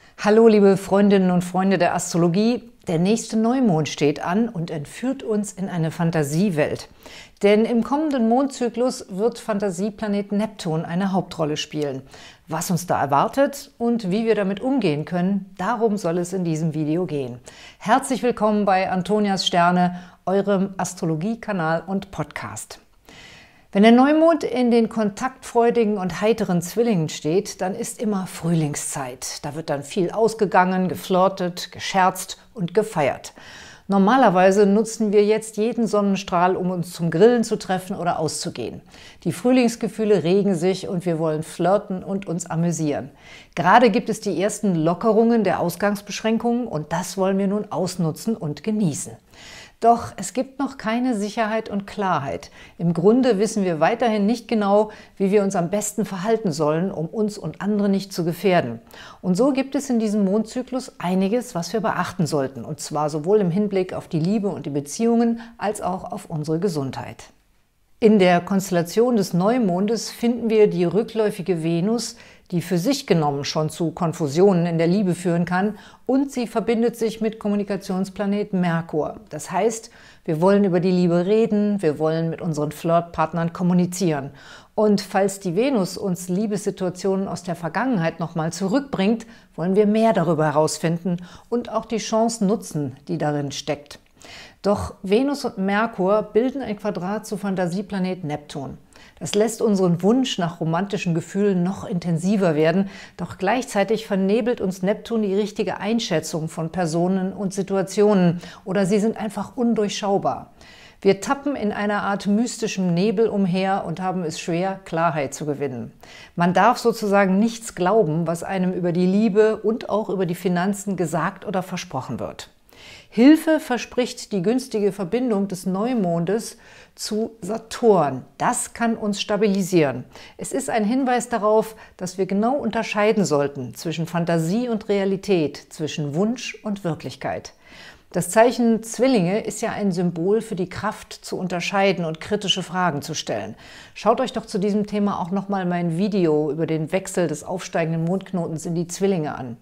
Hallo liebe Freundinnen und Freunde der Astrologie, der nächste Neumond steht an und entführt uns in eine Fantasiewelt. Denn im kommenden Mondzyklus wird Fantasieplanet Neptun eine Hauptrolle spielen. Was uns da erwartet und wie wir damit umgehen können, darum soll es in diesem Video gehen. Herzlich willkommen bei Antonias Sterne, eurem Astrologiekanal und Podcast. Wenn der Neumond in den kontaktfreudigen und heiteren Zwillingen steht, dann ist immer Frühlingszeit. Da wird dann viel ausgegangen, geflirtet, gescherzt und gefeiert. Normalerweise nutzen wir jetzt jeden Sonnenstrahl, um uns zum Grillen zu treffen oder auszugehen. Die Frühlingsgefühle regen sich und wir wollen flirten und uns amüsieren. Gerade gibt es die ersten Lockerungen der Ausgangsbeschränkungen und das wollen wir nun ausnutzen und genießen. Doch es gibt noch keine Sicherheit und Klarheit. Im Grunde wissen wir weiterhin nicht genau, wie wir uns am besten verhalten sollen, um uns und andere nicht zu gefährden. Und so gibt es in diesem Mondzyklus einiges, was wir beachten sollten. Und zwar sowohl im Hinblick auf die Liebe und die Beziehungen, als auch auf unsere Gesundheit. In der Konstellation des Neumondes finden wir die rückläufige Venus, die für sich genommen schon zu Konfusionen in der Liebe führen kann, und sie verbindet sich mit Kommunikationsplanet Merkur. Das heißt, wir wollen über die Liebe reden, wir wollen mit unseren Flirtpartnern kommunizieren. Und falls die Venus uns Liebessituationen aus der Vergangenheit nochmal zurückbringt, wollen wir mehr darüber herausfinden und auch die Chance nutzen, die darin steckt. Doch Venus und Merkur bilden ein Quadrat zu Fantasieplanet Neptun. Das lässt unseren Wunsch nach romantischen Gefühlen noch intensiver werden, doch gleichzeitig vernebelt uns Neptun die richtige Einschätzung von Personen und Situationen oder sie sind einfach undurchschaubar. Wir tappen in einer Art mystischem Nebel umher und haben es schwer, Klarheit zu gewinnen. Man darf sozusagen nichts glauben, was einem über die Liebe und auch über die Finanzen gesagt oder versprochen wird. Hilfe verspricht die günstige Verbindung des Neumondes zu Saturn. Das kann uns stabilisieren. Es ist ein Hinweis darauf, dass wir genau unterscheiden sollten zwischen Fantasie und Realität, zwischen Wunsch und Wirklichkeit. Das Zeichen Zwillinge ist ja ein Symbol für die Kraft zu unterscheiden und kritische Fragen zu stellen. Schaut euch doch zu diesem Thema auch nochmal mein Video über den Wechsel des aufsteigenden Mondknotens in die Zwillinge an.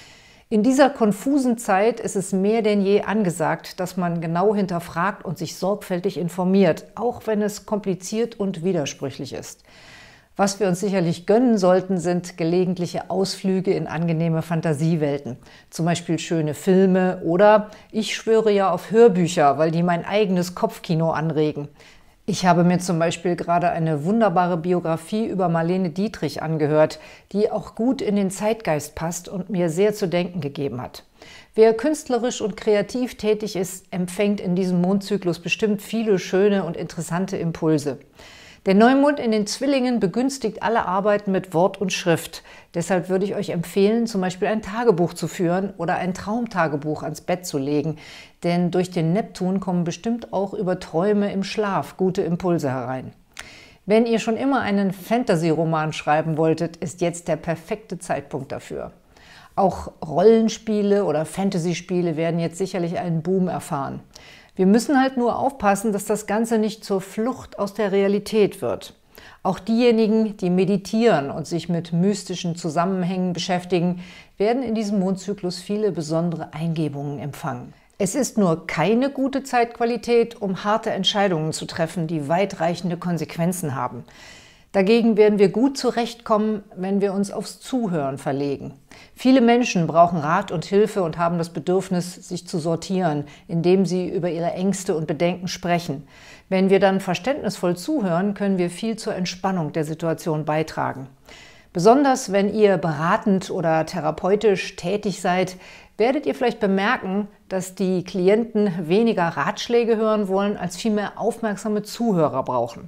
In dieser konfusen Zeit ist es mehr denn je angesagt, dass man genau hinterfragt und sich sorgfältig informiert, auch wenn es kompliziert und widersprüchlich ist. Was wir uns sicherlich gönnen sollten, sind gelegentliche Ausflüge in angenehme Fantasiewelten. Zum Beispiel schöne Filme oder ich schwöre ja auf Hörbücher, weil die mein eigenes Kopfkino anregen. Ich habe mir zum Beispiel gerade eine wunderbare Biografie über Marlene Dietrich angehört, die auch gut in den Zeitgeist passt und mir sehr zu denken gegeben hat. Wer künstlerisch und kreativ tätig ist, empfängt in diesem Mondzyklus bestimmt viele schöne und interessante Impulse. Der Neumond in den Zwillingen begünstigt alle Arbeiten mit Wort und Schrift. Deshalb würde ich euch empfehlen, zum Beispiel ein Tagebuch zu führen oder ein Traumtagebuch ans Bett zu legen. Denn durch den Neptun kommen bestimmt auch über Träume im Schlaf gute Impulse herein. Wenn ihr schon immer einen Fantasy-Roman schreiben wolltet, ist jetzt der perfekte Zeitpunkt dafür. Auch Rollenspiele oder Fantasy-Spiele werden jetzt sicherlich einen Boom erfahren. Wir müssen halt nur aufpassen, dass das Ganze nicht zur Flucht aus der Realität wird. Auch diejenigen, die meditieren und sich mit mystischen Zusammenhängen beschäftigen, werden in diesem Mondzyklus viele besondere Eingebungen empfangen. Es ist nur keine gute Zeitqualität, um harte Entscheidungen zu treffen, die weitreichende Konsequenzen haben. Dagegen werden wir gut zurechtkommen, wenn wir uns aufs Zuhören verlegen. Viele Menschen brauchen Rat und Hilfe und haben das Bedürfnis, sich zu sortieren, indem sie über ihre Ängste und Bedenken sprechen. Wenn wir dann verständnisvoll zuhören, können wir viel zur Entspannung der Situation beitragen. Besonders wenn ihr beratend oder therapeutisch tätig seid, werdet ihr vielleicht bemerken, dass die Klienten weniger Ratschläge hören wollen, als vielmehr aufmerksame Zuhörer brauchen.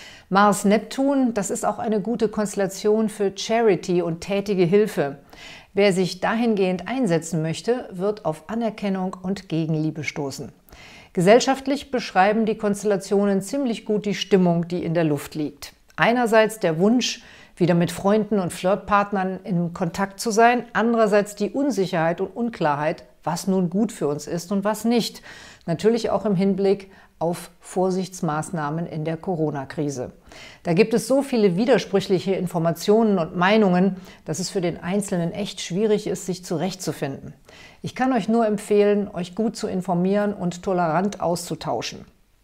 Mars-Neptun, das ist auch eine gute Konstellation für Charity und tätige Hilfe. Wer sich dahingehend einsetzen möchte, wird auf Anerkennung und Gegenliebe stoßen. Gesellschaftlich beschreiben die Konstellationen ziemlich gut die Stimmung, die in der Luft liegt. Einerseits der Wunsch, wieder mit Freunden und Flirtpartnern in Kontakt zu sein, andererseits die Unsicherheit und Unklarheit, was nun gut für uns ist und was nicht. Natürlich auch im Hinblick auf Vorsichtsmaßnahmen in der Corona-Krise. Da gibt es so viele widersprüchliche Informationen und Meinungen, dass es für den Einzelnen echt schwierig ist, sich zurechtzufinden. Ich kann euch nur empfehlen, euch gut zu informieren und tolerant auszutauschen.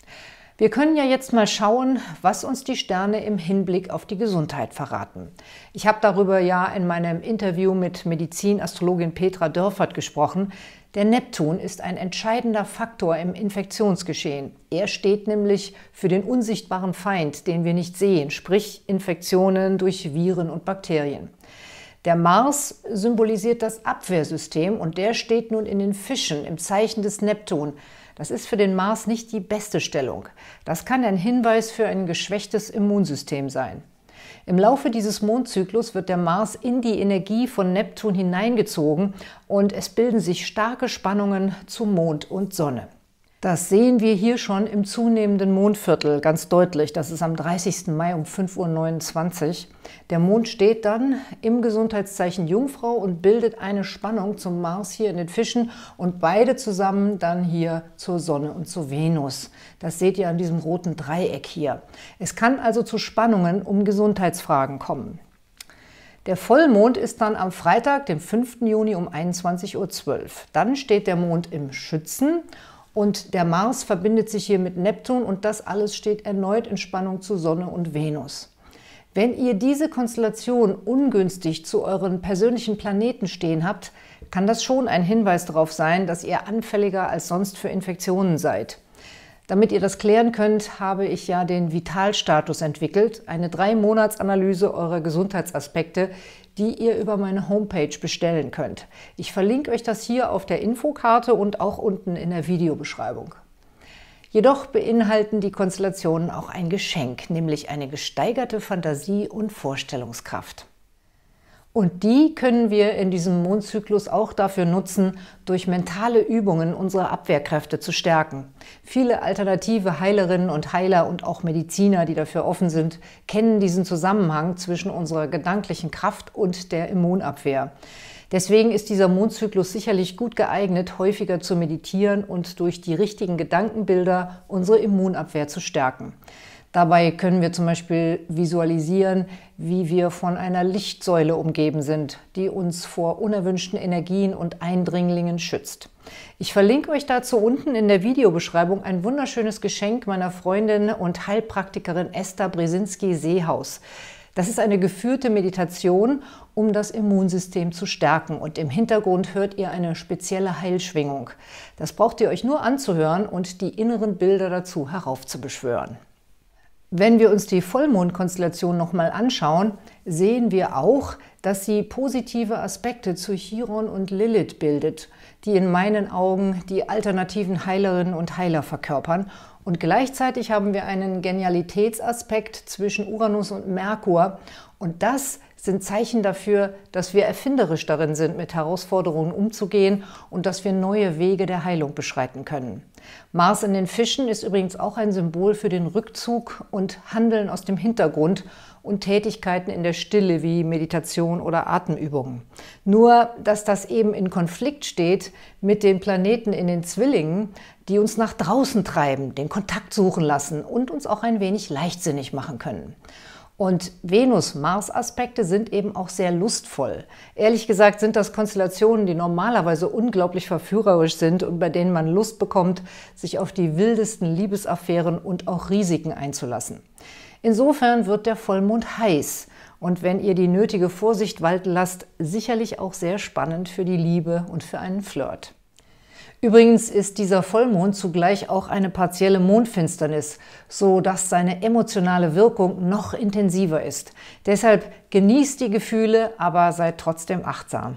Wir können ja jetzt mal schauen, was uns die Sterne im Hinblick auf die Gesundheit verraten. Ich habe darüber ja in meinem Interview mit Medizinastrologin Petra Dörfert gesprochen. Der Neptun ist ein entscheidender Faktor im Infektionsgeschehen. Er steht nämlich für den unsichtbaren Feind, den wir nicht sehen, sprich Infektionen durch Viren und Bakterien. Der Mars symbolisiert das Abwehrsystem und der steht nun in den Fischen im Zeichen des Neptun. Das ist für den Mars nicht die beste Stellung. Das kann ein Hinweis für ein geschwächtes Immunsystem sein. Im Laufe dieses Mondzyklus wird der Mars in die Energie von Neptun hineingezogen und es bilden sich starke Spannungen zu Mond und Sonne. Das sehen wir hier schon im zunehmenden Mondviertel ganz deutlich. Das ist am 30. Mai um 5:29 Uhr. Der Mond steht dann im Gesundheitszeichen Jungfrau und bildet eine Spannung zum Mars hier in den Fischen und beide zusammen dann hier zur Sonne und zur Venus. Das seht ihr an diesem roten Dreieck hier. Es kann also zu Spannungen um Gesundheitsfragen kommen. Der Vollmond ist dann am Freitag, dem 5. Juni um 21:12 Uhr. Dann steht der Mond im Schützen. Und der Mars verbindet sich hier mit Neptun und das alles steht erneut in Spannung zu Sonne und Venus. Wenn ihr diese Konstellation ungünstig zu euren persönlichen Planeten stehen habt, kann das schon ein Hinweis darauf sein, dass ihr anfälliger als sonst für Infektionen seid. Damit ihr das klären könnt, habe ich ja den Vitalstatus entwickelt, eine 3-Monats-Analyse eurer Gesundheitsaspekte, die ihr über meine Homepage bestellen könnt. Ich verlinke euch das hier auf der Infokarte und auch unten in der Videobeschreibung. Jedoch beinhalten die Konstellationen auch ein Geschenk, nämlich eine gesteigerte Fantasie und Vorstellungskraft. Und die können wir in diesem Mondzyklus auch dafür nutzen, durch mentale Übungen unsere Abwehrkräfte zu stärken. Viele alternative Heilerinnen und Heiler und auch Mediziner, die dafür offen sind, kennen diesen Zusammenhang zwischen unserer gedanklichen Kraft und der Immunabwehr. Deswegen ist dieser Mondzyklus sicherlich gut geeignet, häufiger zu meditieren und durch die richtigen Gedankenbilder unsere Immunabwehr zu stärken. Dabei können wir zum Beispiel visualisieren, wie wir von einer Lichtsäule umgeben sind, die uns vor unerwünschten Energien und Eindringlingen schützt. Ich verlinke euch dazu unten in der Videobeschreibung ein wunderschönes Geschenk meiner Freundin und Heilpraktikerin Esther Brzezinski-Seehaus. Das ist eine geführte Meditation, um das Immunsystem zu stärken. Und im Hintergrund hört ihr eine spezielle Heilschwingung. Das braucht ihr euch nur anzuhören und die inneren Bilder dazu heraufzubeschwören. Wenn wir uns die Vollmondkonstellation nochmal anschauen, sehen wir auch, dass sie positive Aspekte zu Chiron und Lilith bildet, die in meinen Augen die alternativen Heilerinnen und Heiler verkörpern. Und gleichzeitig haben wir einen Genialitätsaspekt zwischen Uranus und Merkur. Und das sind Zeichen dafür, dass wir erfinderisch darin sind, mit Herausforderungen umzugehen und dass wir neue Wege der Heilung beschreiten können. Mars in den Fischen ist übrigens auch ein Symbol für den Rückzug und Handeln aus dem Hintergrund und Tätigkeiten in der Stille wie Meditation oder Atemübungen. Nur, dass das eben in Konflikt steht mit den Planeten in den Zwillingen, die uns nach draußen treiben, den Kontakt suchen lassen und uns auch ein wenig leichtsinnig machen können. Und Venus-Mars-Aspekte sind eben auch sehr lustvoll. Ehrlich gesagt sind das Konstellationen, die normalerweise unglaublich verführerisch sind und bei denen man Lust bekommt, sich auf die wildesten Liebesaffären und auch Risiken einzulassen. Insofern wird der Vollmond heiß und wenn ihr die nötige Vorsicht walten lasst, sicherlich auch sehr spannend für die Liebe und für einen Flirt. Übrigens ist dieser Vollmond zugleich auch eine partielle Mondfinsternis, so dass seine emotionale Wirkung noch intensiver ist. Deshalb genießt die Gefühle, aber seid trotzdem achtsam.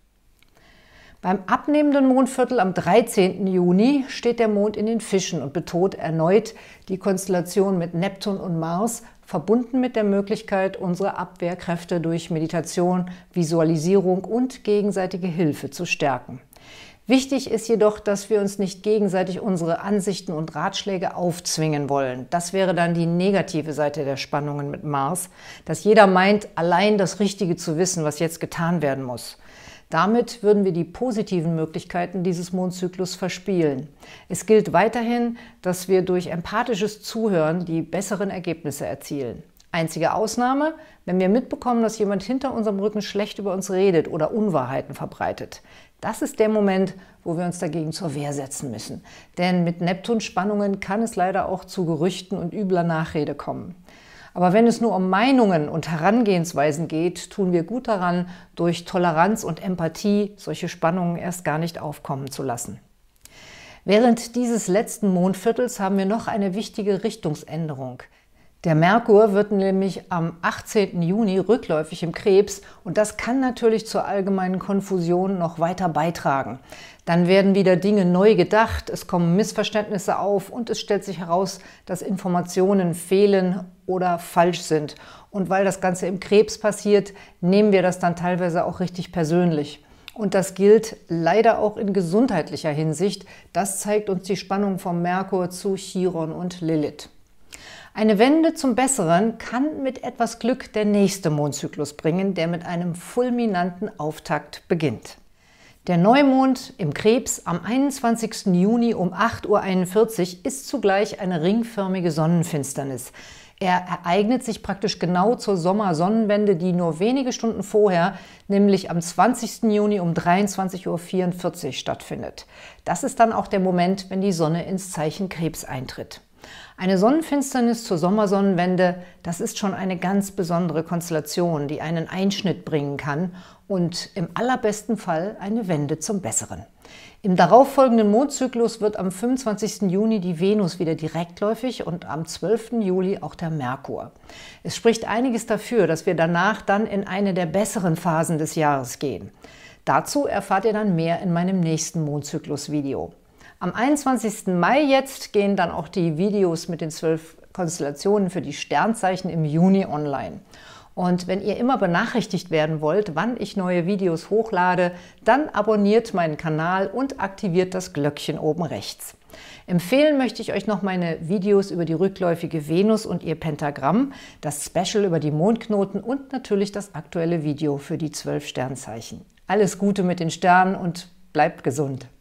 Beim abnehmenden Mondviertel am 13. Juni steht der Mond in den Fischen und betont erneut die Konstellation mit Neptun und Mars, verbunden mit der Möglichkeit, unsere Abwehrkräfte durch Meditation, Visualisierung und gegenseitige Hilfe zu stärken. Wichtig ist jedoch, dass wir uns nicht gegenseitig unsere Ansichten und Ratschläge aufzwingen wollen. Das wäre dann die negative Seite der Spannungen mit Mars, dass jeder meint, allein das Richtige zu wissen, was jetzt getan werden muss. Damit würden wir die positiven Möglichkeiten dieses Mondzyklus verspielen. Es gilt weiterhin, dass wir durch empathisches Zuhören die besseren Ergebnisse erzielen. Einzige Ausnahme, wenn wir mitbekommen, dass jemand hinter unserem Rücken schlecht über uns redet oder Unwahrheiten verbreitet. Das ist der Moment, wo wir uns dagegen zur Wehr setzen müssen. Denn mit Neptunspannungen kann es leider auch zu Gerüchten und übler Nachrede kommen. Aber wenn es nur um Meinungen und Herangehensweisen geht, tun wir gut daran, durch Toleranz und Empathie solche Spannungen erst gar nicht aufkommen zu lassen. Während dieses letzten Mondviertels haben wir noch eine wichtige Richtungsänderung. Der Merkur wird nämlich am 18. Juni rückläufig im Krebs und das kann natürlich zur allgemeinen Konfusion noch weiter beitragen. Dann werden wieder Dinge neu gedacht, es kommen Missverständnisse auf und es stellt sich heraus, dass Informationen fehlen oder falsch sind. Und weil das Ganze im Krebs passiert, nehmen wir das dann teilweise auch richtig persönlich. Und das gilt leider auch in gesundheitlicher Hinsicht. Das zeigt uns die Spannung vom Merkur zu Chiron und Lilith. Eine Wende zum Besseren kann mit etwas Glück der nächste Mondzyklus bringen, der mit einem fulminanten Auftakt beginnt. Der Neumond im Krebs am 21. Juni um 8:41 Uhr ist zugleich eine ringförmige Sonnenfinsternis. Er ereignet sich praktisch genau zur Sommersonnenwende, die nur wenige Stunden vorher, nämlich am 20. Juni um 23:44 Uhr stattfindet. Das ist dann auch der Moment, wenn die Sonne ins Zeichen Krebs eintritt. Eine Sonnenfinsternis zur Sommersonnenwende, das ist schon eine ganz besondere Konstellation, die einen Einschnitt bringen kann und im allerbesten Fall eine Wende zum Besseren. Im darauffolgenden Mondzyklus wird am 25. Juni die Venus wieder direktläufig und am 12. Juli auch der Merkur. Es spricht einiges dafür, dass wir danach dann in eine der besseren Phasen des Jahres gehen. Dazu erfahrt ihr dann mehr in meinem nächsten Mondzyklus-Video. Am 21. Mai jetzt gehen dann auch die Videos mit den 12 Konstellationen für die Sternzeichen im Juni online. Und wenn ihr immer benachrichtigt werden wollt, wann ich neue Videos hochlade, dann abonniert meinen Kanal und aktiviert das Glöckchen oben rechts. Empfehlen möchte ich euch noch meine Videos über die rückläufige Venus und ihr Pentagramm, das Special über die Mondknoten und natürlich das aktuelle Video für die 12 Sternzeichen. Alles Gute mit den Sternen und bleibt gesund!